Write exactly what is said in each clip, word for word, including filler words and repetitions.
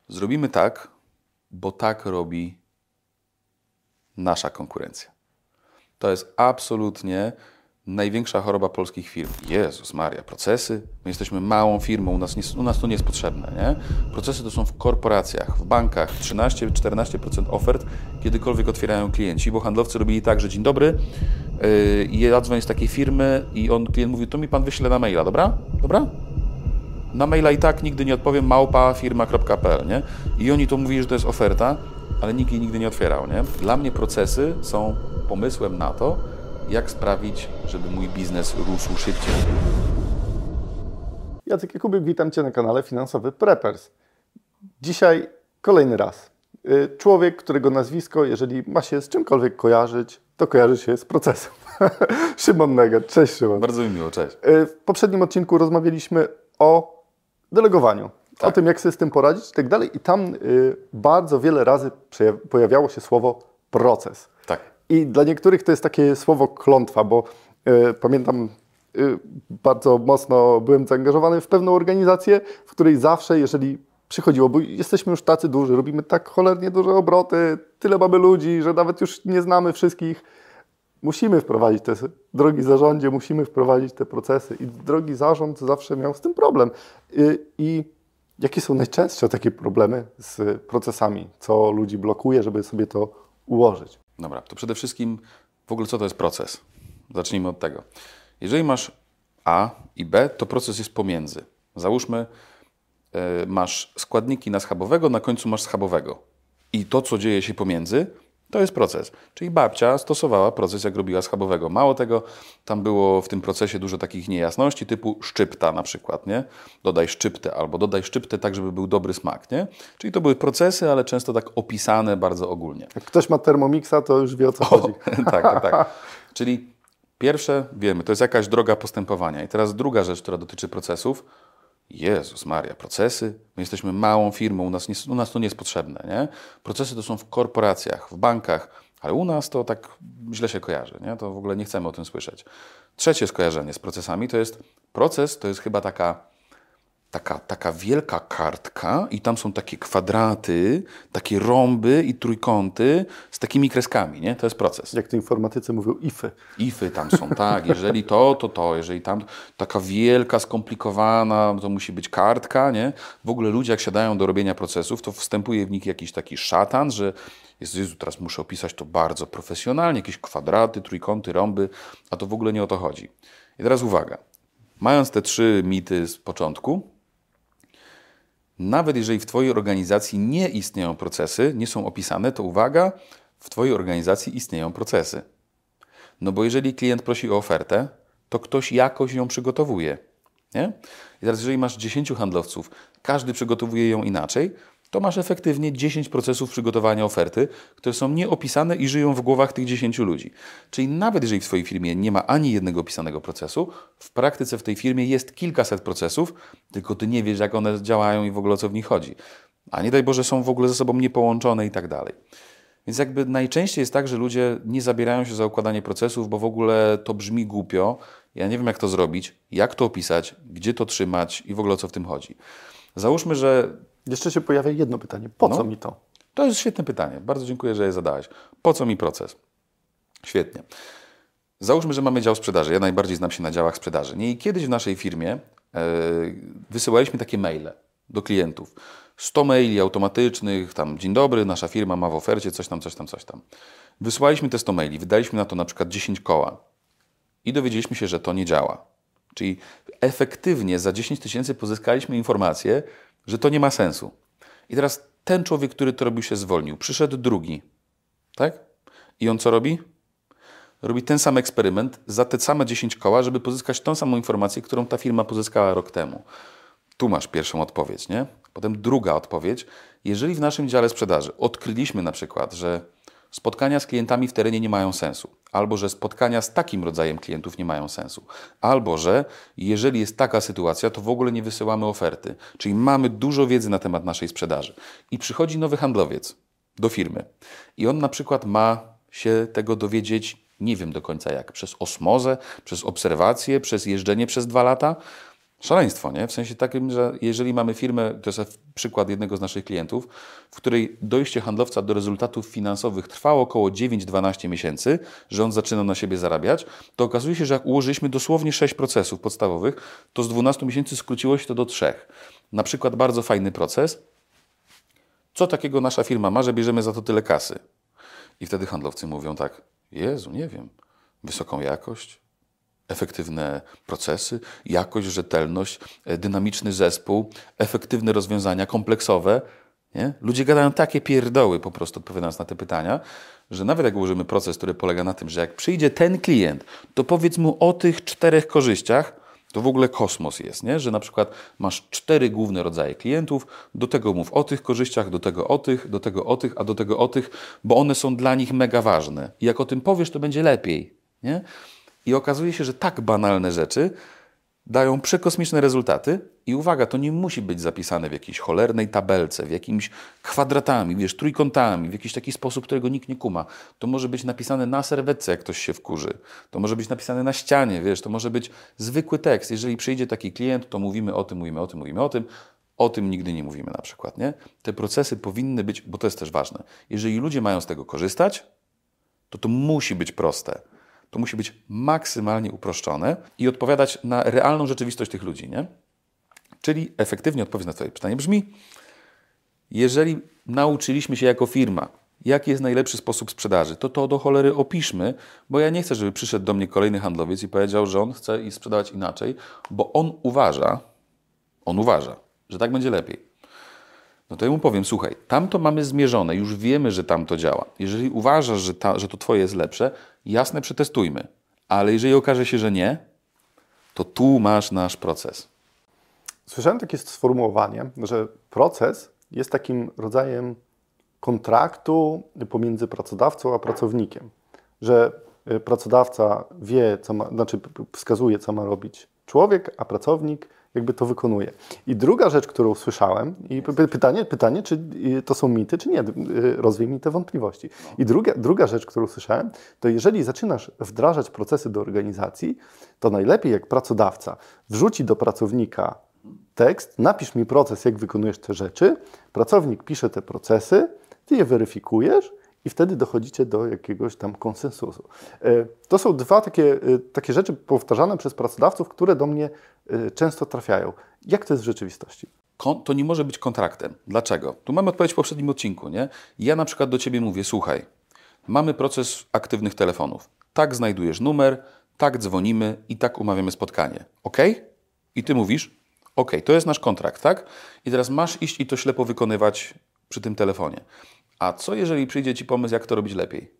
Zrobimy tak, bo tak robi nasza konkurencja. To jest absolutnie największa choroba polskich firm. Jezus Maria, procesy? My jesteśmy małą firmą, u nas, nie, u nas to nie jest potrzebne, nie? Procesy to są w korporacjach, w bankach. trzynaście do czternastu procent ofert kiedykolwiek otwierają klienci, bo handlowcy robili tak, że dzień dobry, yy, ja dzwonię z takiej firmy i on, klient mówi, to mi pan wyśle na maila, dobra? Dobra? Na maila i tak nigdy nie odpowiem, małpa firma kropka p l, nie? I oni to mówili, że to jest oferta, ale nikt jej nigdy nie otwierał, nie? Dla mnie procesy są pomysłem na to, jak sprawić, żeby mój biznes rósł szybciej. Jacek Jakubik, witam Cię na kanale Finansowy Preppers. Dzisiaj kolejny raz. Człowiek, którego nazwisko, jeżeli ma się z czymkolwiek kojarzyć, to kojarzy się z procesem. Szymon Neger. Cześć, Szymon. Bardzo mi miło, cześć. W poprzednim odcinku rozmawialiśmy o delegowaniu, tak. O tym, jak sobie z tym poradzić i tak dalej. I tam y, bardzo wiele razy pojawiało się słowo proces. Tak. I dla niektórych to jest takie słowo klątwa, bo y, pamiętam, y, bardzo mocno byłem zaangażowany w pewną organizację, w której zawsze, jeżeli przychodziło, bo jesteśmy już tacy duży, robimy tak cholernie duże obroty, tyle mamy ludzi, że nawet już nie znamy wszystkich. Musimy wprowadzić te, drogi zarządzie, musimy wprowadzić te procesy i drogi zarząd zawsze miał z tym problem. I, i jakie są najczęstsze takie problemy z procesami? Co ludzi blokuje, żeby sobie to ułożyć? Dobra, to przede wszystkim w ogóle co to jest proces? Zacznijmy od tego. Jeżeli masz A i B, to proces jest pomiędzy. Załóżmy, yy, masz składniki na schabowego, na końcu masz schabowego. I to, co dzieje się pomiędzy, to jest proces. Czyli babcia stosowała proces, jak robiła schabowego. Mało tego, tam było w tym procesie dużo takich niejasności, typu szczypta na przykład, nie? Dodaj szczyptę albo dodaj szczyptę tak, żeby był dobry smak, nie? Czyli to były procesy, ale często tak opisane bardzo ogólnie. Jak ktoś ma Thermomixa, to już wie, o co o, chodzi. tak, tak, tak. Czyli pierwsze, wiemy, to jest jakaś droga postępowania. I teraz druga rzecz, która dotyczy procesów. Jezus Maria, procesy? My jesteśmy małą firmą, u nas, nie, u nas to nie jest potrzebne, nie? Procesy to są w korporacjach, w bankach, ale u nas to tak źle się kojarzy, nie? To w ogóle nie chcemy o tym słyszeć. Trzecie skojarzenie z procesami to jest, proces to jest chyba taka, taka, taka wielka kartka i tam są takie kwadraty, takie rąby i trójkąty z takimi kreskami, nie? To jest proces. Jak to informatycy mówią, ify. Ify tam są, tak. Jeżeli to, to to. Jeżeli tam taka wielka, skomplikowana, to musi być kartka, nie? W ogóle ludzie, jak siadają do robienia procesów, to wstępuje w nich jakiś taki szatan, że jest, Jezu, teraz muszę opisać to bardzo profesjonalnie, jakieś kwadraty, trójkąty, rąby, a to w ogóle nie o to chodzi. I teraz uwaga. Mając te trzy mity z początku, nawet jeżeli w Twojej organizacji nie istnieją procesy, nie są opisane, to uwaga, w Twojej organizacji istnieją procesy. No bo jeżeli klient prosi o ofertę, to ktoś jakoś ją przygotowuje, nie? I teraz jeżeli masz dziesięciu handlowców, każdy przygotowuje ją inaczej, to masz efektywnie dziesięć procesów przygotowania oferty, które są nieopisane i żyją w głowach tych dziesięciu ludzi. Czyli nawet jeżeli w Twojej firmie nie ma ani jednego opisanego procesu, w praktyce w tej firmie jest kilkaset procesów, tylko Ty nie wiesz, jak one działają i w ogóle o co w nich chodzi. A nie daj Boże, są w ogóle ze sobą niepołączone i tak dalej. Więc jakby najczęściej jest tak, że ludzie nie zabierają się za układanie procesów, bo w ogóle to brzmi głupio. Ja nie wiem, jak to zrobić, jak to opisać, gdzie to trzymać i w ogóle o co w tym chodzi. Załóżmy, że... Jeszcze się pojawia jedno pytanie. Po no, co mi to? To jest świetne pytanie. Bardzo dziękuję, że je zadałeś. Po co mi proces? Świetnie. Załóżmy, że mamy dział sprzedaży. Ja najbardziej znam się na działach sprzedaży. Nie? I kiedyś w naszej firmie yy, wysyłaliśmy takie maile do klientów. sto maili automatycznych, tam dzień dobry, nasza firma ma w ofercie coś tam, coś tam, coś tam. Wysłaliśmy te sto maili, wydaliśmy na to na przykład dziesięć koła i dowiedzieliśmy się, że to nie działa. Czyli efektywnie za dziesięć tysięcy pozyskaliśmy informację, że to nie ma sensu. I teraz ten człowiek, który to robił, się zwolnił. Przyszedł drugi, tak? I on co robi? Robi ten sam eksperyment za te same dziesięć koła, żeby pozyskać tą samą informację, którą ta firma pozyskała rok temu. Tu masz pierwszą odpowiedź, nie? Potem druga odpowiedź. Jeżeli w naszym dziale sprzedaży odkryliśmy na przykład, że spotkania z klientami w terenie nie mają sensu, albo że spotkania z takim rodzajem klientów nie mają sensu, albo że jeżeli jest taka sytuacja, to w ogóle nie wysyłamy oferty, czyli mamy dużo wiedzy na temat naszej sprzedaży i przychodzi nowy handlowiec do firmy i on na przykład ma się tego dowiedzieć, nie wiem do końca jak, przez osmozę, przez obserwację, przez jeżdżenie przez dwa lata, Szaleństwo, nie? W sensie takim, że jeżeli mamy firmę, to jest przykład jednego z naszych klientów, w której dojście handlowca do rezultatów finansowych trwało około dziewięć do dwunastu miesięcy, że on zaczyna na siebie zarabiać, to okazuje się, że jak ułożyliśmy dosłownie sześć procesów podstawowych, to z dwunastu miesięcy skróciło się to do trzech. Na przykład bardzo fajny proces. Co takiego nasza firma ma, że bierzemy za to tyle kasy? I wtedy handlowcy mówią tak, Jezu, nie wiem, wysoką jakość, efektywne procesy, jakość, rzetelność, dynamiczny zespół, efektywne rozwiązania, kompleksowe. Nie? Ludzie gadają takie pierdoły po prostu odpowiadając na te pytania, że nawet jak ułożymy proces, który polega na tym, że jak przyjdzie ten klient, to powiedz mu o tych czterech korzyściach, to w ogóle kosmos jest, nie? Że na przykład masz cztery główne rodzaje klientów, do tego mów o tych korzyściach, do tego o tych, do tego o tych, a do tego o tych, bo one są dla nich mega ważne. I jak o tym powiesz, to będzie lepiej, nie? I okazuje się, że tak banalne rzeczy dają przekosmiczne rezultaty i uwaga, to nie musi być zapisane w jakiejś cholernej tabelce, w jakimś kwadratami, wiesz, trójkątami, w jakiś taki sposób, którego nikt nie kuma. To może być napisane na serwetce, jak ktoś się wkurzy. To może być napisane na ścianie, wiesz, to może być zwykły tekst. Jeżeli przyjdzie taki klient, to mówimy o tym, mówimy o tym, mówimy o tym. O tym nigdy nie mówimy na przykład, nie? Te procesy powinny być, bo to jest też ważne. Jeżeli ludzie mają z tego korzystać, to to musi być proste. To musi być maksymalnie uproszczone i odpowiadać na realną rzeczywistość tych ludzi, nie? Czyli efektywnie odpowiedź na Twoje pytanie brzmi, jeżeli nauczyliśmy się jako firma, jaki jest najlepszy sposób sprzedaży, to to do cholery opiszmy, bo ja nie chcę, żeby przyszedł do mnie kolejny handlowiec i powiedział, że on chce i sprzedawać inaczej, bo on uważa, on uważa, że tak będzie lepiej. No to ja mu powiem, słuchaj, tamto mamy zmierzone, już wiemy, że tamto działa. Jeżeli uważasz, że, ta, że to Twoje jest lepsze, jasne, przetestujmy. Ale jeżeli okaże się, że nie, to tu masz nasz proces. Słyszałem takie sformułowanie, że proces jest takim rodzajem kontraktu pomiędzy pracodawcą a pracownikiem. Że pracodawca wie, co ma, znaczy wskazuje, co ma robić człowiek, a pracownik jakby to wykonuje. I druga rzecz, którą słyszałem, i pytanie, pytanie, czy to są mity, czy nie, rozwiej mi te wątpliwości. I druga, druga rzecz, którą słyszałem, to jeżeli zaczynasz wdrażać procesy do organizacji, to najlepiej jak pracodawca wrzuci do pracownika tekst, napisz mi proces, jak wykonujesz te rzeczy, pracownik pisze te procesy, ty je weryfikujesz i wtedy dochodzicie do jakiegoś tam konsensusu. To są dwa takie, takie rzeczy powtarzane przez pracodawców, które do mnie często trafiają. Jak to jest w rzeczywistości? To nie może być kontraktem. Dlaczego? Tu mamy odpowiedź w poprzednim odcinku, nie? Ja na przykład do Ciebie mówię, słuchaj, mamy proces aktywnych telefonów. Tak znajdujesz numer, tak dzwonimy i tak umawiamy spotkanie. Ok? I Ty mówisz, ok, to jest nasz kontrakt, tak? I teraz masz iść i to ślepo wykonywać przy tym telefonie. A co jeżeli przyjdzie Ci pomysł, jak to robić lepiej?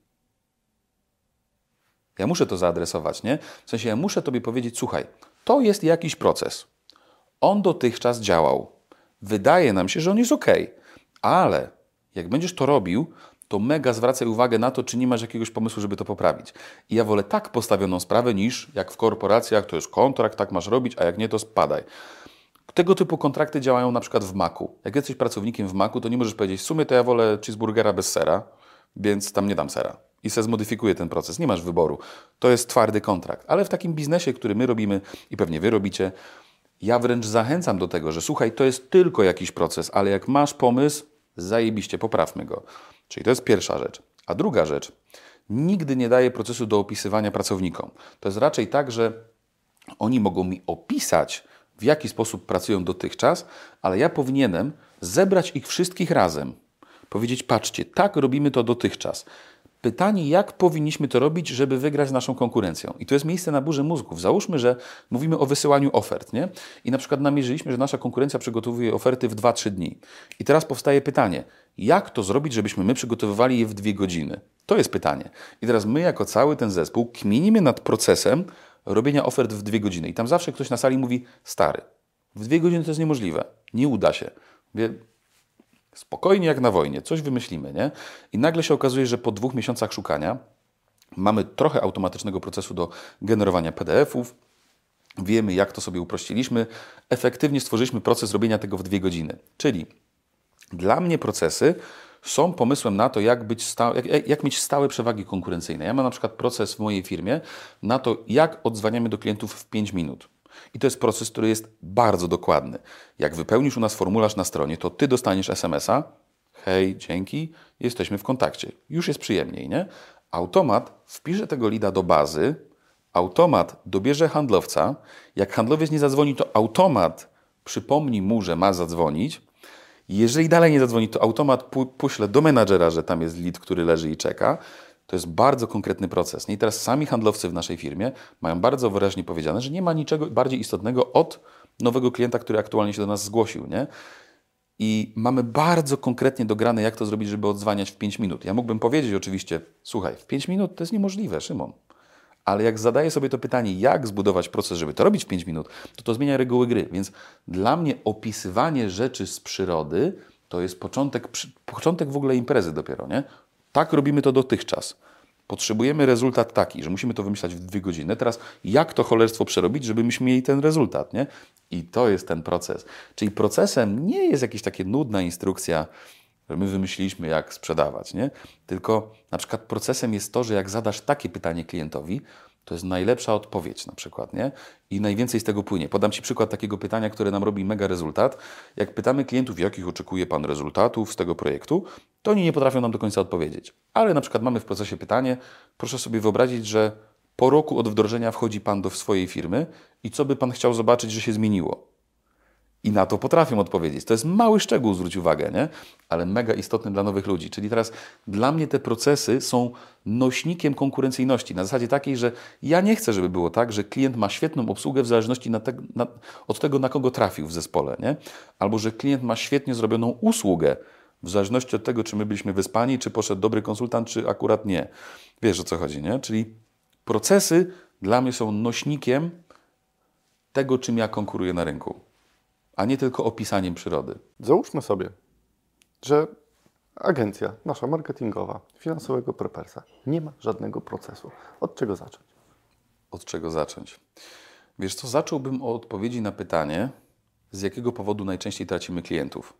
Ja muszę to zaadresować, nie? W sensie ja muszę Tobie powiedzieć, słuchaj, to jest jakiś proces. On dotychczas działał. Wydaje nam się, że on jest ok, ale jak będziesz to robił, to mega zwracaj uwagę na to, czy nie masz jakiegoś pomysłu, żeby to poprawić. I ja wolę tak postawioną sprawę, niż jak w korporacjach to jest kontrakt, tak masz robić, a jak nie, to spadaj. Tego typu kontrakty działają na przykład w Macu. Jak jesteś pracownikiem w Macu, to nie możesz powiedzieć, w sumie to ja wolę cheeseburgera bez sera, więc tam nie dam sera. I se zmodyfikuję ten proces. Nie masz wyboru. To jest twardy kontrakt. Ale w takim biznesie, który my robimy i pewnie wy robicie, ja wręcz zachęcam do tego, że słuchaj, to jest tylko jakiś proces, ale jak masz pomysł, zajebiście, poprawmy go. Czyli to jest pierwsza rzecz. A druga rzecz, nigdy nie daję procesu do opisywania pracownikom. To jest raczej tak, że oni mogą mi opisać, w jaki sposób pracują dotychczas, ale ja powinienem zebrać ich wszystkich razem. Powiedzieć, patrzcie, tak robimy to dotychczas. Pytanie, jak powinniśmy to robić, żeby wygrać z naszą konkurencją? I to jest miejsce na burzę mózgów. Załóżmy, że mówimy o wysyłaniu ofert, nie? I na przykład namierzyliśmy, że nasza konkurencja przygotowuje oferty w dwa trzy dni. I teraz powstaje pytanie, jak to zrobić, żebyśmy my przygotowywali je w dwie godziny? To jest pytanie. I teraz my jako cały ten zespół kminimy nad procesem robienia ofert w dwie godziny. I tam zawsze ktoś na sali mówi, stary, w dwie godziny to jest niemożliwe. Nie uda się. Mówię, spokojnie jak na wojnie, coś wymyślimy, nie? I nagle się okazuje, że po dwóch miesiącach szukania mamy trochę automatycznego procesu do generowania P D F-ów, wiemy jak to sobie uprościliśmy, efektywnie stworzyliśmy proces robienia tego w dwie godziny. Czyli dla mnie procesy są pomysłem na to, jak, być sta- jak, jak mieć stałe przewagi konkurencyjne. Ja mam na przykład proces w mojej firmie na to, jak odzwaniamy do klientów w pięć minut. I to jest proces, który jest bardzo dokładny. Jak wypełnisz u nas formularz na stronie, to ty dostaniesz es em es a, hej, dzięki, jesteśmy w kontakcie. Już jest przyjemniej, nie? Automat wpisze tego lida do bazy, automat dobierze handlowca. Jak handlowiec nie zadzwoni, to automat przypomni mu, że ma zadzwonić. Jeżeli dalej nie zadzwoni, to automat pu- puśle do menadżera, że tam jest lead, który leży i czeka. To jest bardzo konkretny proces. I teraz sami handlowcy w naszej firmie mają bardzo wyraźnie powiedziane, że nie ma niczego bardziej istotnego od nowego klienta, który aktualnie się do nas zgłosił, nie? I mamy bardzo konkretnie dograne, jak to zrobić, żeby odzwaniać w pięć minut. Ja mógłbym powiedzieć oczywiście, słuchaj, w pięć minut to jest niemożliwe, Szymon. Ale jak zadaję sobie to pytanie, jak zbudować proces, żeby to robić w pięć minut, to to zmienia reguły gry. Więc dla mnie opisywanie rzeczy z przyrody to jest początek, początek w ogóle imprezy dopiero, nie? Tak robimy to dotychczas. Potrzebujemy rezultat taki, że musimy to wymyślać w dwie godziny. Teraz jak to cholerstwo przerobić, żeby myśmy mieli ten rezultat, nie? I to jest ten proces. Czyli procesem nie jest jakaś taka nudna instrukcja, że my wymyśliliśmy, jak sprzedawać, nie? Tylko na przykład procesem jest to, że jak zadasz takie pytanie klientowi, to jest najlepsza odpowiedź na przykład, nie? I najwięcej z tego płynie. Podam Ci przykład takiego pytania, które nam robi mega rezultat. Jak pytamy klientów, jakich oczekuje Pan rezultatów z tego projektu, to oni nie potrafią nam do końca odpowiedzieć. Ale na przykład mamy w procesie pytanie, proszę sobie wyobrazić, że po roku od wdrożenia wchodzi Pan do swojej firmy i co by Pan chciał zobaczyć, że się zmieniło? I na to potrafią odpowiedzieć. To jest mały szczegół, zwróć uwagę, nie? Ale mega istotny dla nowych ludzi. Czyli teraz dla mnie te procesy są nośnikiem konkurencyjności. Na zasadzie takiej, że ja nie chcę, żeby było tak, że klient ma świetną obsługę w zależności na te, na, od tego, na kogo trafił w zespole, nie? Albo że klient ma świetnie zrobioną usługę w zależności od tego, czy my byliśmy wyspani, czy poszedł dobry konsultant, czy akurat nie. Wiesz, o co chodzi, nie? Czyli procesy dla mnie są nośnikiem tego, czym ja konkuruję na rynku, a nie tylko opisaniem przyrody. Załóżmy sobie, że agencja nasza marketingowa, finansowego prepersa nie ma żadnego procesu. Od czego zacząć? Od czego zacząć? Wiesz co, zacząłbym od odpowiedzi na pytanie, z jakiego powodu najczęściej tracimy klientów.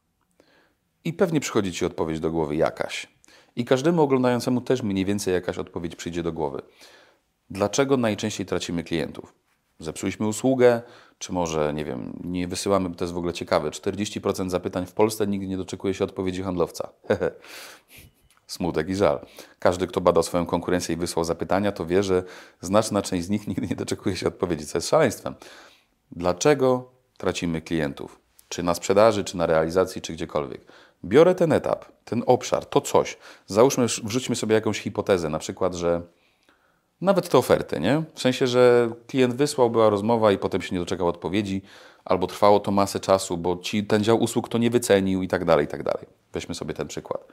I pewnie przychodzi Ci odpowiedź do głowy jakaś. I każdemu oglądającemu też mniej więcej jakaś odpowiedź przyjdzie do głowy. Dlaczego najczęściej tracimy klientów? Zepsuliśmy usługę, czy może, nie wiem, nie wysyłamy, bo to jest w ogóle ciekawe, czterdzieści procent zapytań w Polsce nigdy nie doczekuje się odpowiedzi handlowca. Smutek i żal. Każdy, kto badał swoją konkurencję i wysłał zapytania, to wie, że znaczna część z nich nigdy nie doczekuje się odpowiedzi, co jest szaleństwem. Dlaczego tracimy klientów? Czy na sprzedaży, czy na realizacji, czy gdziekolwiek. Biorę ten etap, ten obszar, to coś. Załóżmy, wrzućmy sobie jakąś hipotezę, na przykład, że nawet te oferty, nie? W sensie, że klient wysłał, była rozmowa i potem się nie doczekał odpowiedzi, albo trwało to masę czasu, bo ci, ten dział usług to nie wycenił i tak dalej, i tak dalej. Weźmy sobie ten przykład.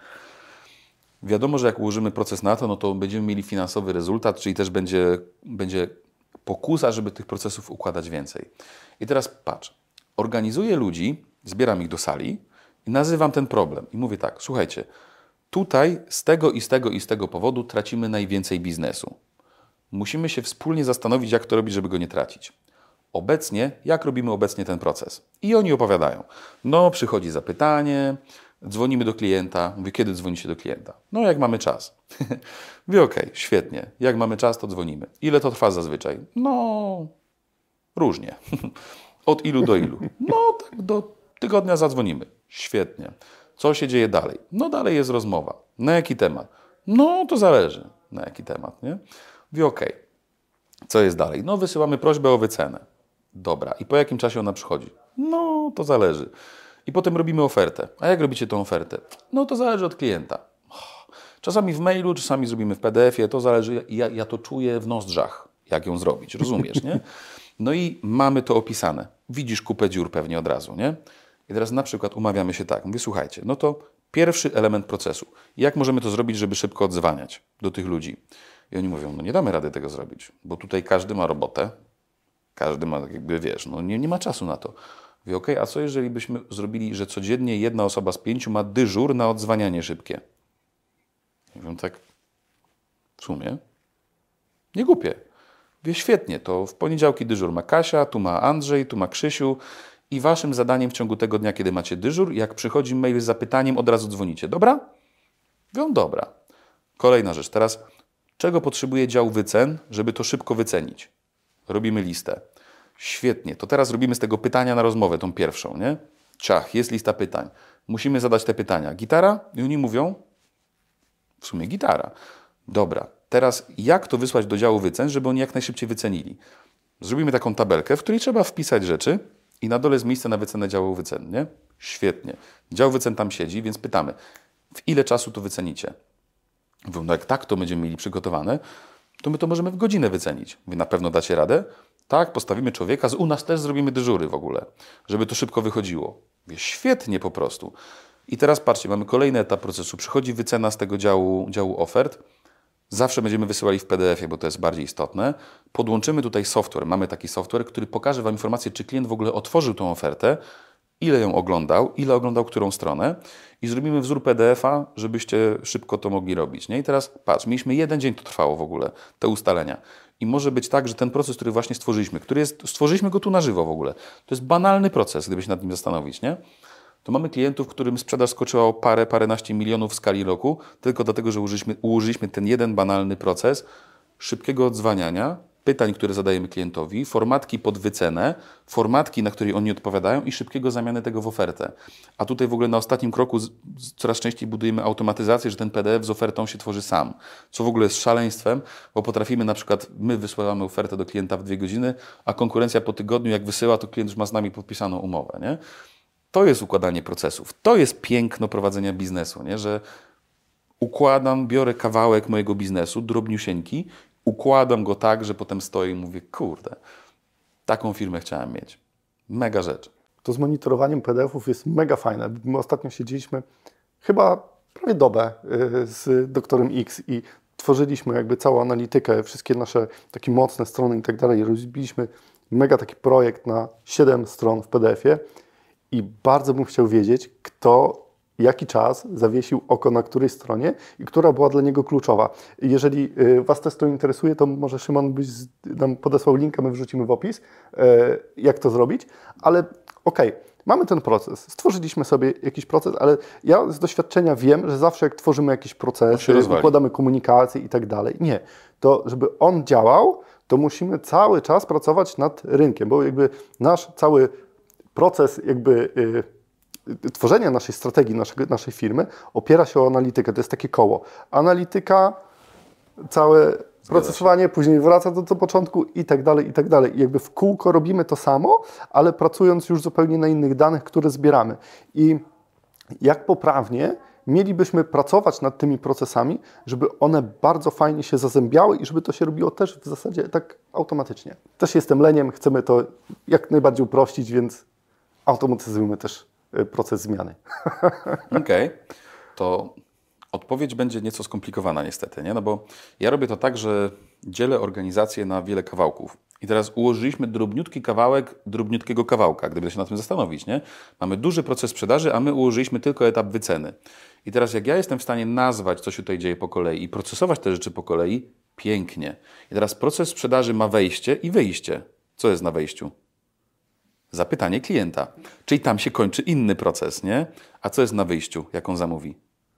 Wiadomo, że jak ułożymy proces na to, no to będziemy mieli finansowy rezultat, czyli też będzie, będzie pokusa, żeby tych procesów układać więcej. I teraz patrz, organizuję ludzi, zbieram ich do sali i nazywam ten problem. I mówię tak, słuchajcie, tutaj z tego i z tego i z tego powodu tracimy najwięcej biznesu. Musimy się wspólnie zastanowić, jak to robić, żeby go nie tracić. Obecnie, jak robimy obecnie ten proces? I oni opowiadają. No, przychodzi zapytanie, dzwonimy do klienta. Mówię, kiedy dzwonicie do klienta? No, jak mamy czas. Mówię, okej, okay, świetnie. Jak mamy czas, to dzwonimy. Ile to trwa zazwyczaj? No, różnie. Od ilu do ilu? No, tak do tygodnia zadzwonimy. Świetnie. Co się dzieje dalej? No, dalej jest rozmowa. Na jaki temat? No, to zależy. Na jaki temat, nie? Mówię, okej. Okay. Co jest dalej? No, wysyłamy prośbę o wycenę. Dobra. I po jakim czasie ona przychodzi? No, to zależy. I potem robimy ofertę. A jak robicie tą ofertę? No, to zależy od klienta. Czasami w mailu, czasami zrobimy w P D F-ie. To zależy. Ja, ja to czuję w nozdrzach, jak ją zrobić. Rozumiesz, nie? No i mamy to opisane. Widzisz kupę dziur pewnie od razu, nie? I teraz na przykład umawiamy się tak. Mówię, słuchajcie, no to pierwszy element procesu. Jak możemy to zrobić, żeby szybko odzwaniać do tych ludzi? I oni mówią, no nie damy rady tego zrobić, bo tutaj każdy ma robotę, każdy ma, jakby wiesz, no nie, nie ma czasu na to. Mówię, okej, okay, a co jeżeli byśmy zrobili, że codziennie jedna osoba z pięciu ma dyżur na odzwanianie szybkie? I mówią tak, w sumie, nie głupie. Mówię, świetnie, to w poniedziałki dyżur ma Kasia, tu ma Andrzej, tu ma Krzysiu i waszym zadaniem w ciągu tego dnia, kiedy macie dyżur, jak przychodzi mail z zapytaniem, od razu dzwonicie. Dobra? Mówią, dobra. Kolejna rzecz, teraz czego potrzebuje dział wycen, żeby to szybko wycenić? Robimy listę. Świetnie, to teraz robimy z tego pytania na rozmowę, tą pierwszą, nie? Ciach, jest lista pytań. Musimy zadać te pytania. Gitara? I oni mówią, w sumie gitara. Dobra, teraz jak to wysłać do działu wycen, żeby oni jak najszybciej wycenili? Zrobimy taką tabelkę, w której trzeba wpisać rzeczy i na dole jest miejsce na wycenę działu wycen, nie? Świetnie. Dział wycen tam siedzi, więc pytamy, w ile czasu to wycenicie? Mówią, no jak tak to będziemy mieli przygotowane, to my to możemy w godzinę wycenić. Wy na pewno dacie radę? Tak, postawimy człowieka, u nas też zrobimy dyżury w ogóle, żeby to szybko wychodziło. Mówię, świetnie po prostu. I teraz patrzcie, mamy kolejny etap procesu. Przychodzi wycena z tego działu, działu ofert. Zawsze będziemy wysyłali w P D F ie, bo to jest bardziej istotne. Podłączymy tutaj software. Mamy taki software, który pokaże Wam informację, czy klient w ogóle otworzył tą ofertę, ile ją oglądał, ile oglądał którą stronę i zrobimy wzór P D F a, żebyście szybko to mogli robić. Nie? I teraz patrz, mieliśmy jeden dzień, to trwało w ogóle, te ustalenia. I może być tak, że ten proces, który właśnie stworzyliśmy, który jest, stworzyliśmy go tu na żywo w ogóle, to jest banalny proces, gdyby się nad nim zastanowić, nie? To mamy klientów, którym sprzedaż skoczyła o parę, paręnaście milionów w skali roku, tylko dlatego, że użyliśmy, użyliśmy ten jeden banalny proces szybkiego odzwaniania, pytań, które zadajemy klientowi, formatki pod wycenę, formatki, na której oni odpowiadają i szybkiego zamiany tego w ofertę. A tutaj w ogóle na ostatnim kroku z, z, coraz częściej budujemy automatyzację, że ten P D F z ofertą się tworzy sam. Co w ogóle jest szaleństwem, bo potrafimy na przykład, my wysyłamy ofertę do klienta w dwie godziny, a konkurencja po tygodniu jak wysyła, to klient już ma z nami podpisaną umowę, nie? To jest układanie procesów. To jest piękno prowadzenia biznesu, nie? Że układam, biorę kawałek mojego biznesu, drobniusieńki, układam go tak, że potem stoję i mówię, kurde, taką firmę chciałem mieć. Mega rzecz. To z monitorowaniem P D F ów jest mega fajne. My ostatnio siedzieliśmy chyba prawie dobę z doktorem X i tworzyliśmy jakby całą analitykę, wszystkie nasze takie mocne strony i tak dalej. Rozbiliśmy mega taki projekt na siedem stron w P D F ie i bardzo bym chciał wiedzieć, kto jaki czas zawiesił oko na której stronie i która była dla niego kluczowa. Jeżeli Was też to interesuje, to może Szymon byś nam podesłał linka, my wrzucimy w opis, jak to zrobić, ale okej, okay, mamy ten proces, stworzyliśmy sobie jakiś proces, ale ja z doświadczenia wiem, że zawsze jak tworzymy jakiś proces, układamy komunikację i tak dalej, nie, to żeby on działał, to musimy cały czas pracować nad rynkiem, bo jakby nasz cały proces jakby tworzenia naszej strategii, naszej, naszej firmy opiera się o analitykę. To jest takie koło. Analityka, całe procesowanie, później wraca do, do początku i tak dalej, i tak dalej. I jakby w kółko robimy to samo, ale pracując już zupełnie na innych danych, które zbieramy. I jak poprawnie mielibyśmy pracować nad tymi procesami, żeby one bardzo fajnie się zazębiały i żeby to się robiło też w zasadzie tak automatycznie. Też jestem leniem, chcemy to jak najbardziej uprościć, więc automatyzujmy też proces zmiany. Okej, okay. To odpowiedź będzie nieco skomplikowana niestety, nie? No bo ja robię to tak, że dzielę organizację na wiele kawałków. I teraz ułożyliśmy drobniutki kawałek drobniutkiego kawałka, gdyby się nad tym zastanowić, nie? Mamy duży proces sprzedaży, a my ułożyliśmy tylko etap wyceny. I teraz jak ja jestem w stanie nazwać, co się tutaj dzieje po kolei i procesować te rzeczy po kolei, pięknie. I teraz proces sprzedaży ma wejście i wyjście. Co jest na wejściu? Zapytanie klienta. Czyli tam się kończy inny proces, nie? A co jest na wyjściu, jak on zamówi?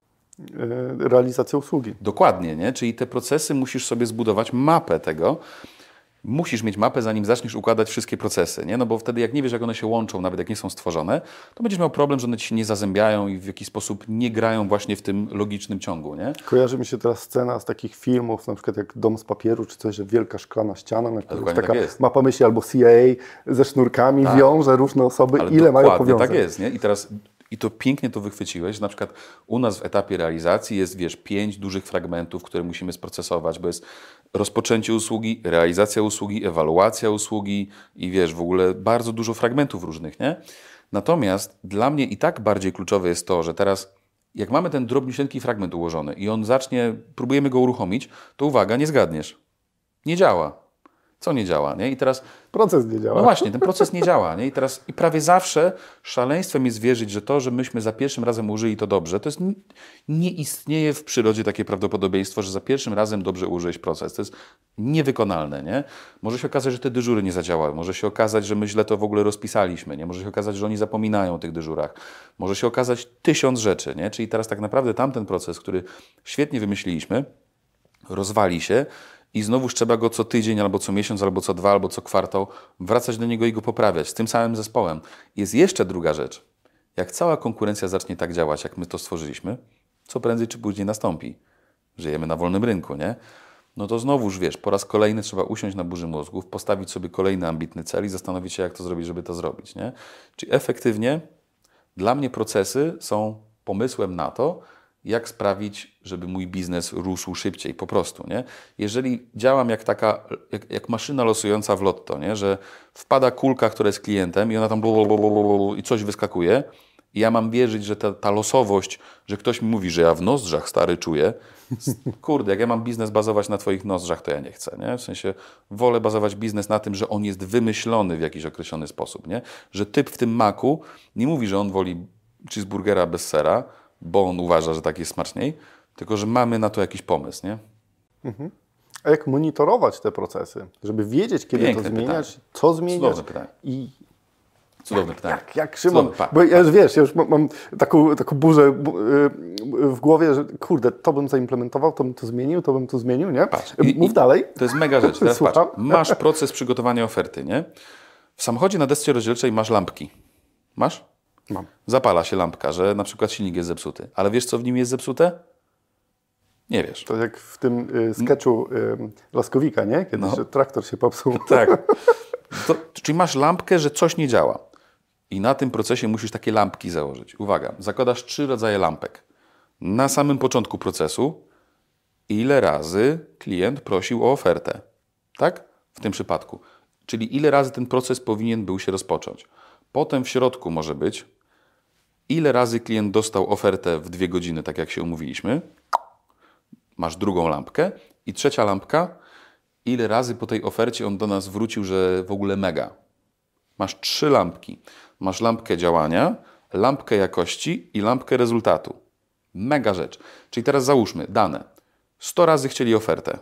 Realizacja usługi. Dokładnie, nie? Czyli te procesy musisz sobie zbudować mapę tego. Musisz mieć mapę, zanim zaczniesz układać wszystkie procesy, nie? No bo wtedy jak nie wiesz, jak one się łączą, nawet jak nie są stworzone, to będziesz miał problem, że one ci się nie zazębiają i w jakiś sposób nie grają właśnie w tym logicznym ciągu, nie? Kojarzy mi się teraz scena z takich filmów, na przykład jak Dom z papieru, czy coś, że wielka szklana ściana, na której taka tak mapa myśli albo C I A ze sznurkami tak. wiąże różne osoby, ale ile mają powiązań. Tak jest, nie? I teraz I to pięknie to wychwyciłeś, że na przykład u nas w etapie realizacji jest, wiesz, pięć dużych fragmentów, które musimy sprocesować, bo jest rozpoczęcie usługi, realizacja usługi, ewaluacja usługi i wiesz, w ogóle bardzo dużo fragmentów różnych, nie? Natomiast dla mnie i tak bardziej kluczowe jest to, że teraz jak mamy ten drobniusieńki fragment ułożony i on zacznie, próbujemy go uruchomić, to uwaga, nie zgadniesz. Nie działa. Co nie działa, nie? I teraz... Proces nie działa. No właśnie, ten proces nie działa, nie? I teraz i prawie zawsze szaleństwem jest wierzyć, że to, że myśmy za pierwszym razem użyli to dobrze, to jest... Nie istnieje w przyrodzie takie prawdopodobieństwo, że za pierwszym razem dobrze użyłeś proces. To jest niewykonalne, nie? Może się okazać, że te dyżury nie zadziałały. Może się okazać, że my źle to w ogóle rozpisaliśmy, nie? Może się okazać, że oni zapominają o tych dyżurach. Może się okazać tysiąc rzeczy, nie? Czyli teraz tak naprawdę tamten proces, który świetnie wymyśliliśmy, rozwali się i znowuż trzeba go co tydzień, albo co miesiąc, albo co dwa, albo co kwartał wracać do niego i go poprawiać z tym samym zespołem. Jest jeszcze druga rzecz. Jak cała konkurencja zacznie tak działać, jak my to stworzyliśmy, co prędzej czy później nastąpi. Żyjemy na wolnym rynku, nie? No to znowuż, wiesz, po raz kolejny trzeba usiąść na burzy mózgów, postawić sobie kolejny ambitny cel i zastanowić się, jak to zrobić, żeby to zrobić, nie? Czyli efektywnie dla mnie procesy są pomysłem na to, jak sprawić, żeby mój biznes rósł szybciej, po prostu, nie? Jeżeli działam jak taka, jak, jak maszyna losująca w lotto, nie? Że wpada kulka, która jest klientem i ona tam i coś wyskakuje i ja mam wierzyć, że ta, ta losowość, że ktoś mi mówi, że ja w nozdrzach stary czuję, kurde, jak ja mam biznes bazować na twoich nozdrzach, to ja nie chcę, nie? W sensie wolę bazować biznes na tym, że on jest wymyślony w jakiś określony sposób, nie? Że typ w tym maku nie mówi, że on woli cheeseburgera bez sera, bo on uważa, że tak jest smaczniej, tylko że mamy na to jakiś pomysł, nie? Mhm. A jak monitorować te procesy, żeby wiedzieć, kiedy Piękne to zmieniać, pytanie. co zmieniać? Cudowne pytanie. I Cudowne jak, pytanie. Jak, jak Szymon, Cudowne, bo ja już wiesz, ja już mam, mam taką, taką burzę bu- y, w głowie, że kurde, to bym zaimplementował, to bym to zmienił, to bym to zmienił, nie? Patrz, Mów i, dalej. To jest mega rzecz. Teraz Słucham. patrz, masz proces przygotowania oferty, nie? W samochodzie na desce rozdzielczej masz lampki. Masz? Mam. Zapala się lampka, że na przykład silnik jest zepsuty. Ale wiesz, co w nim jest zepsute? Nie wiesz. To jak w tym y, sketchu y, Laskowika, nie? Kiedy No. że traktor się popsuł. Tak. To, czyli masz lampkę, że coś nie działa. I na tym procesie musisz takie lampki założyć. Uwaga, zakładasz trzy rodzaje lampek. Na samym początku procesu, ile razy klient prosił o ofertę. Tak? W tym przypadku. Czyli ile razy ten proces powinien był się rozpocząć. Potem w środku może być, ile razy klient dostał ofertę w dwie godziny, tak jak się umówiliśmy. Masz drugą lampkę. I trzecia lampka, ile razy po tej ofercie on do nas wrócił, że w ogóle mega. Masz trzy lampki. Masz lampkę działania, lampkę jakości i lampkę rezultatu. Mega rzecz. Czyli teraz załóżmy dane. sto razy chcieli ofertę.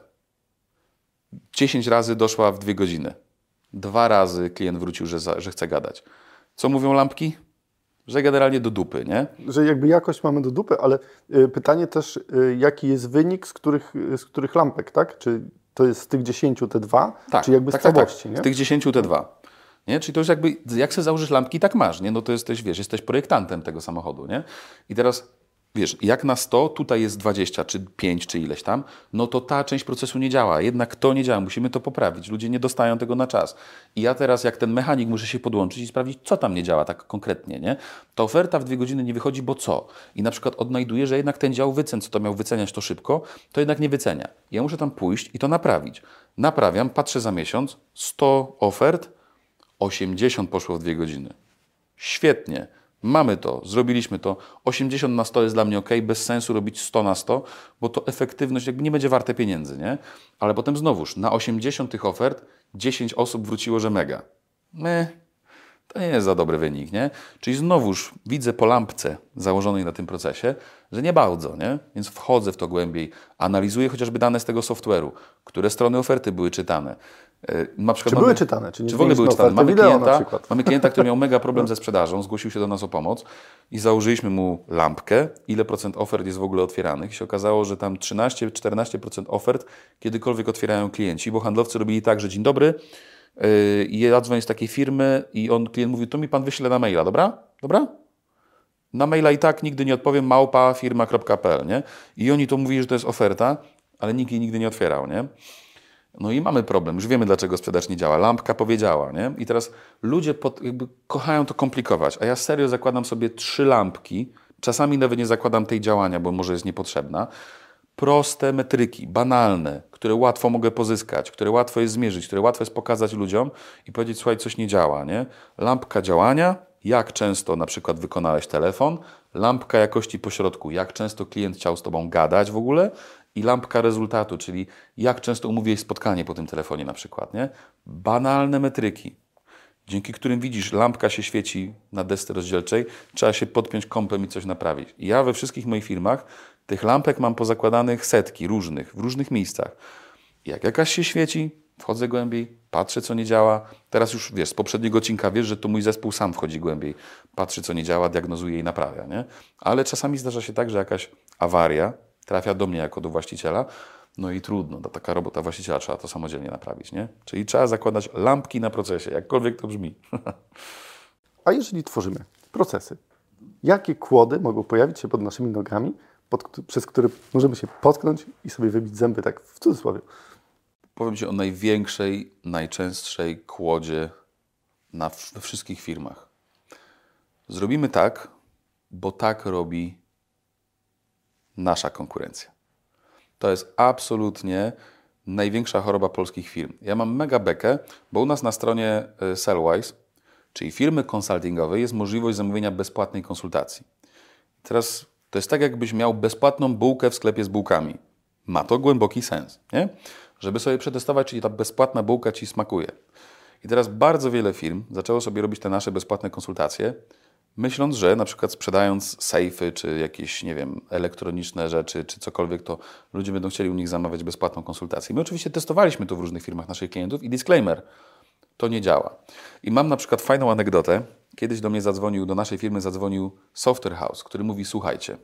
dziesięć razy doszła w dwie godziny. Dwa razy klient wrócił, że, za, że chce gadać. Co mówią lampki? Że generalnie do dupy, nie? Że jakby jakość mamy do dupy, ale y, pytanie też, y, jaki jest wynik, z których, y, z których lampek, tak? Czy to jest z tych dziesięciu te dwa, Tak, czy jakby tak, z tak, całości, tak. nie? Z tych dziesięciu te dwa. Nie? Czyli to już jakby, jak sobie założysz lampki, tak masz, nie? No to jesteś, wiesz, jesteś projektantem tego samochodu, nie? I teraz, wiesz, jak na sto, tutaj jest dwadzieścia, czy pięć, czy ileś tam, no to ta część procesu nie działa. Jednak to nie działa, musimy to poprawić. Ludzie nie dostają tego na czas. I ja teraz, jak ten mechanik, muszę się podłączyć i sprawdzić, co tam nie działa tak konkretnie, nie? Ta oferta w dwie godziny nie wychodzi, bo co? I na przykład odnajduję, że jednak ten dział wycen, co to miał wyceniać to szybko, to jednak nie wycenia. Ja muszę tam pójść i to naprawić. Naprawiam, patrzę za miesiąc, sto ofert, osiemdziesiąt poszło w dwie godziny. Świetnie. Mamy to, zrobiliśmy to. osiemdziesiąt na sto jest dla mnie ok, bez sensu robić sto na sto, bo to efektywność jakby nie będzie warte pieniędzy, nie? Ale potem znowuż, na osiemdziesiąt tych ofert dziesięć osób wróciło, że mega. Meh, to nie jest za dobry wynik, nie? Czyli znowuż widzę po lampce założonej na tym procesie, że nie bardzo, nie? Więc wchodzę w to głębiej, analizuję chociażby dane z tego software'u, które strony oferty były czytane. Na przykład Czy mamy, były czytane? Czy, nie czy w ogóle były czytane? Mamy wideo na klienta, przykład? mamy klienta, który miał mega problem ze sprzedażą, zgłosił się do nas o pomoc i założyliśmy mu lampkę, ile procent ofert jest w ogóle otwieranych. I się okazało, że tam trzynaście do czternastu procent ofert kiedykolwiek otwierają klienci, bo handlowcy robili tak, że dzień dobry, yy, ja dzwonię z takiej firmy i on, klient mówi, to mi pan wyśle na maila, dobra? Dobra? Na maila i tak nigdy nie odpowiem, małpa firma kropka p l, nie? I oni to mówili, że to jest oferta, ale nikt jej nigdy nie otwierał, nie? No i mamy problem. Już wiemy, dlaczego sprzedaż nie działa. Lampka powiedziała, nie? I teraz ludzie pod, jakby kochają to komplikować, a ja serio zakładam sobie trzy lampki, czasami nawet nie zakładam tej działania, bo może jest niepotrzebna. Proste metryki, banalne, które łatwo mogę pozyskać, które łatwo jest zmierzyć, które łatwo jest pokazać ludziom i powiedzieć, słuchaj, coś nie działa, nie? Lampka działania, jak często na przykład wykonałeś telefon, lampka jakości pośrodku, jak często klient chciał z tobą gadać w ogóle, i lampka rezultatu, czyli jak często umówiłeś spotkanie po tym telefonie na przykład, nie? Banalne metryki, dzięki którym widzisz, lampka się świeci na desce rozdzielczej, trzeba się podpiąć kompem i coś naprawić. I ja we wszystkich moich firmach tych lampek mam pozakładanych setki różnych, w różnych miejscach. Jak jakaś się świeci, wchodzę głębiej, patrzę, co nie działa. Teraz już, wiesz, z poprzedniego odcinka wiesz, że to mój zespół sam wchodzi głębiej, patrzy, co nie działa, diagnozuje i naprawia, nie? Ale czasami zdarza się tak, że jakaś awaria trafia do mnie jako do właściciela, No i trudno, to taka robota właściciela, trzeba to samodzielnie naprawić, nie? Czyli trzeba zakładać lampki na procesie, jakkolwiek to brzmi. A jeżeli tworzymy procesy, jakie kłody mogą pojawić się pod naszymi nogami, pod, przez które możemy się potknąć i sobie wybić zęby, tak w cudzysłowie? Powiem Ci o największej, najczęstszej kłodzie na, we wszystkich firmach. Zrobimy tak, bo tak robi nasza konkurencja. To jest absolutnie największa choroba polskich firm. Ja mam mega bekę, bo u nas na stronie Sellwise, czyli firmy konsultingowej, jest możliwość zamówienia bezpłatnej konsultacji. Teraz to jest tak, jakbyś miał bezpłatną bułkę w sklepie z bułkami. Ma to głęboki sens, nie? Żeby sobie przetestować, czy ta bezpłatna bułka Ci smakuje. I teraz bardzo wiele firm zaczęło sobie robić te nasze bezpłatne konsultacje, myśląc, że na przykład sprzedając sejfy, czy jakieś, nie wiem, elektroniczne rzeczy, czy cokolwiek, to ludzie będą chcieli u nich zamawiać bezpłatną konsultację. My oczywiście testowaliśmy to w różnych firmach naszych klientów i disclaimer, to nie działa. I mam na przykład fajną anegdotę. Kiedyś do mnie zadzwonił, do naszej firmy zadzwonił Software House, który mówi, słuchajcie,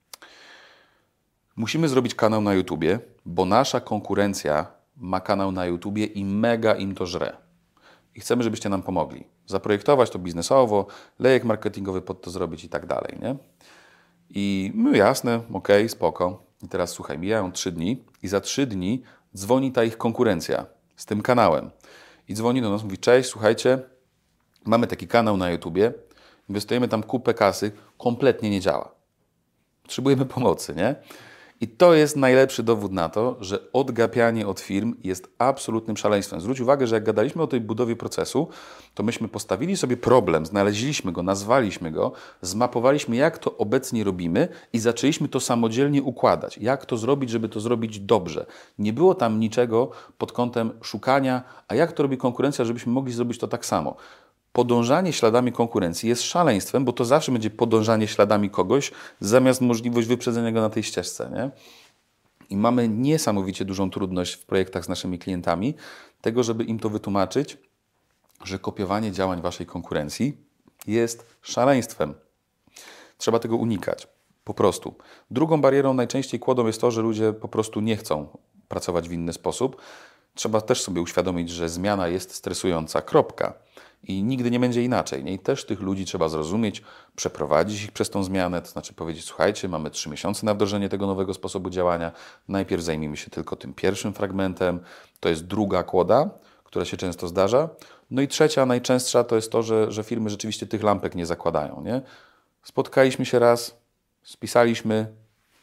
musimy zrobić kanał na YouTubie, bo nasza konkurencja ma kanał na YouTubie i mega im to żre. I chcemy, żebyście nam pomogli. Zaprojektować to biznesowo, lejek marketingowy pod to zrobić i tak dalej, nie? I no jasne, okej, okay, spoko. I teraz słuchaj, mijają trzy dni i za trzy dni dzwoni ta ich konkurencja z tym kanałem. I dzwoni do nas, mówi, cześć, słuchajcie, mamy taki kanał na YouTubie, inwestujemy tam kupę kasy, kompletnie nie działa. Potrzebujemy pomocy, nie? I to jest najlepszy dowód na to, że odgapianie od firm jest absolutnym szaleństwem. Zwróć uwagę, że jak gadaliśmy o tej budowie procesu, to myśmy postawili sobie problem, znaleźliśmy go, nazwaliśmy go, zmapowaliśmy, jak to obecnie robimy i zaczęliśmy to samodzielnie układać. Jak to zrobić, żeby to zrobić dobrze. Nie było tam niczego pod kątem szukania, a jak to robi konkurencja, żebyśmy mogli zrobić to tak samo. Podążanie śladami konkurencji jest szaleństwem, bo to zawsze będzie podążanie śladami kogoś, zamiast możliwość wyprzedzenia go na tej ścieżce, nie? I mamy niesamowicie dużą trudność w projektach z naszymi klientami, tego, żeby im to wytłumaczyć, że kopiowanie działań waszej konkurencji jest szaleństwem. Trzeba tego unikać. Po prostu. Drugą barierą, najczęściej kłodą jest to, że ludzie po prostu nie chcą pracować w inny sposób. Trzeba też sobie uświadomić, że zmiana jest stresująca. Kropka. I nigdy nie będzie inaczej. Nie? I też tych ludzi trzeba zrozumieć, przeprowadzić ich przez tą zmianę, to znaczy powiedzieć, słuchajcie, mamy trzy miesiące na wdrożenie tego nowego sposobu działania, najpierw zajmijmy się tylko tym pierwszym fragmentem, to jest druga kłoda, która się często zdarza. No i trzecia, najczęstsza, to jest to, że, że firmy rzeczywiście tych lampek nie zakładają. Nie? Spotkaliśmy się raz, spisaliśmy,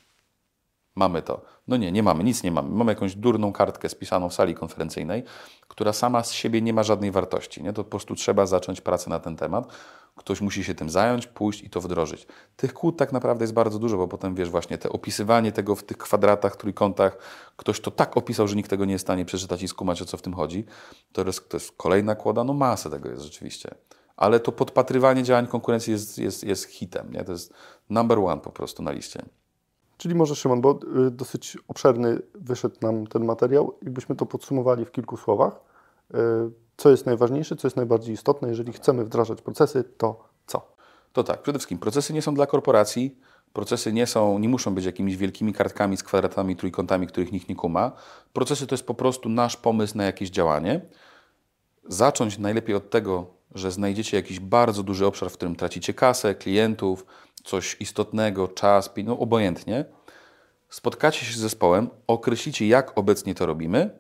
mamy to. No nie, nie mamy, nic nie mamy. Mamy jakąś durną kartkę spisaną w sali konferencyjnej, która sama z siebie nie ma żadnej wartości. Nie? To po prostu trzeba zacząć pracę na ten temat. Ktoś musi się tym zająć, pójść i to wdrożyć. Tych kłód tak naprawdę jest bardzo dużo, bo potem wiesz właśnie, te opisywanie tego w tych kwadratach, trójkątach, ktoś to tak opisał, że nikt tego nie jest w stanie przeczytać i skumać, o co w tym chodzi. To jest, to jest kolejna kłoda, no masę tego jest rzeczywiście. Ale to podpatrywanie działań konkurencji jest, jest, jest hitem. Nie? To jest number one po prostu na liście. Czyli może, Szymon, bo dosyć obszerny wyszedł nam ten materiał. Jakbyśmy to podsumowali w kilku słowach, co jest najważniejsze, co jest najbardziej istotne, jeżeli chcemy wdrażać procesy, to co? To tak, przede wszystkim procesy nie są dla korporacji, procesy nie są, nie muszą być jakimiś wielkimi kartkami z kwadratami, trójkątami, których nikt nie kuma. Procesy to jest po prostu nasz pomysł na jakieś działanie. Zacząć najlepiej od tego, że znajdziecie jakiś bardzo duży obszar, w którym tracicie kasę, klientów, coś istotnego, czas, no obojętnie. Spotkacie się z zespołem, określicie, jak obecnie to robimy,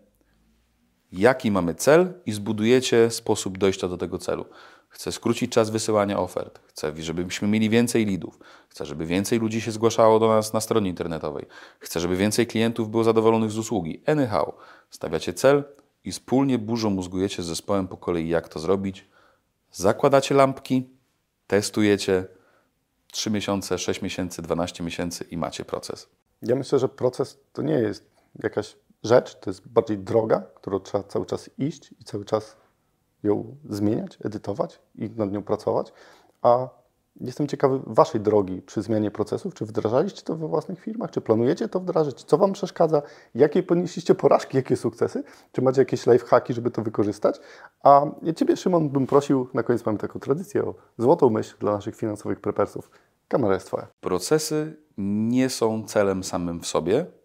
jaki mamy cel i zbudujecie sposób dojścia do tego celu. Chcę skrócić czas wysyłania ofert. Chcę, żebyśmy mieli więcej leadów. Chcę, żeby więcej ludzi się zgłaszało do nas na stronie internetowej. Chcę, żeby więcej klientów było zadowolonych z usługi. Anyhow, stawiacie cel i wspólnie burzą mózgujecie z zespołem po kolei, jak to zrobić. Zakładacie lampki, testujecie, trzy miesiące, sześć miesięcy, dwanaście miesięcy i macie proces. Ja myślę, że proces to nie jest jakaś rzecz, to jest bardziej droga, którą trzeba cały czas iść i cały czas ją zmieniać, edytować i nad nią pracować. A jestem ciekawy Waszej drogi przy zmianie procesów. Czy wdrażaliście to we własnych firmach? Czy planujecie to wdrażać? Co Wam przeszkadza? Jakie ponieśliście porażki? Jakie sukcesy? Czy macie jakieś lifehacki, żeby to wykorzystać? A ja Ciebie, Szymon, bym prosił, na koniec mamy taką tradycję, o złotą myśl dla naszych finansowych prepersów. Kamera jest Twoja. Procesy nie są celem samym w sobie.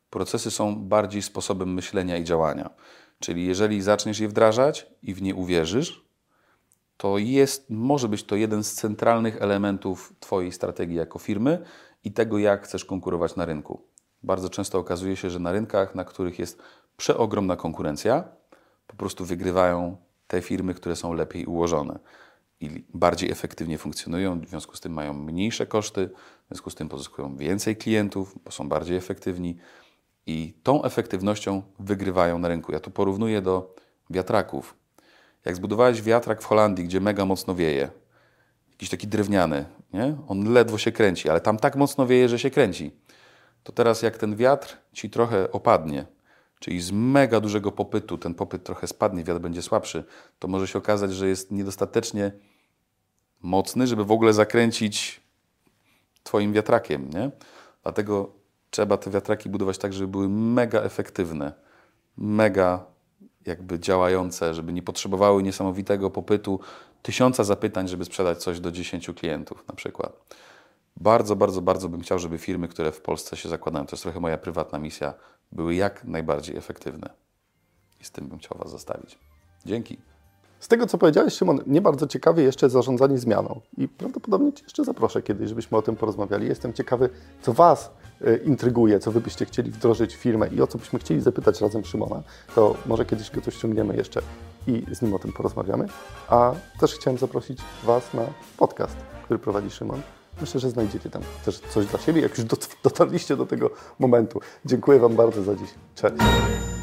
Procesy są bardziej sposobem myślenia i działania. Czyli jeżeli zaczniesz je wdrażać i w nie uwierzysz, to jest, może być to jeden z centralnych elementów Twojej strategii jako firmy i tego, jak chcesz konkurować na rynku. Bardzo często okazuje się, że na rynkach, na których jest przeogromna konkurencja, po prostu wygrywają te firmy, które są lepiej ułożone i bardziej efektywnie funkcjonują, w związku z tym mają mniejsze koszty, w związku z tym pozyskują więcej klientów, bo są bardziej efektywni i tą efektywnością wygrywają na rynku. Ja tu porównuję do wiatraków. Jak zbudowałeś wiatrak w Holandii, gdzie mega mocno wieje, jakiś taki drewniany, nie? On ledwo się kręci, ale tam tak mocno wieje, że się kręci. To teraz jak ten wiatr ci trochę opadnie, czyli z mega dużego popytu ten popyt trochę spadnie, wiatr będzie słabszy, to może się okazać, że jest niedostatecznie mocny, żeby w ogóle zakręcić Twoim wiatrakiem, nie? Dlatego trzeba te wiatraki budować tak, żeby były mega efektywne, mega jakby działające, żeby nie potrzebowały niesamowitego popytu, tysiąca zapytań, żeby sprzedać coś do dziesięciu klientów na przykład. Bardzo, bardzo, bardzo bym chciał, żeby firmy, które w Polsce się zakładają, to jest trochę moja prywatna misja, były jak najbardziej efektywne. I z tym bym chciał Was zostawić. Dzięki. Z tego, co powiedziałeś, Szymon, mnie bardzo ciekawi jeszcze zarządzanie zmianą. I prawdopodobnie Cię jeszcze zaproszę kiedyś, żebyśmy o tym porozmawiali. Jestem ciekawy, co Was y, intryguje, co Wy byście chcieli wdrożyć w firmę i o co byśmy chcieli zapytać razem Szymona. To może kiedyś go tu ściągniemy jeszcze i z nim o tym porozmawiamy. A też chciałem zaprosić Was na podcast, który prowadzi Szymon. Myślę, że znajdziecie tam też coś dla siebie, jak już dotarliście do tego momentu. Dziękuję Wam bardzo za dziś. Cześć.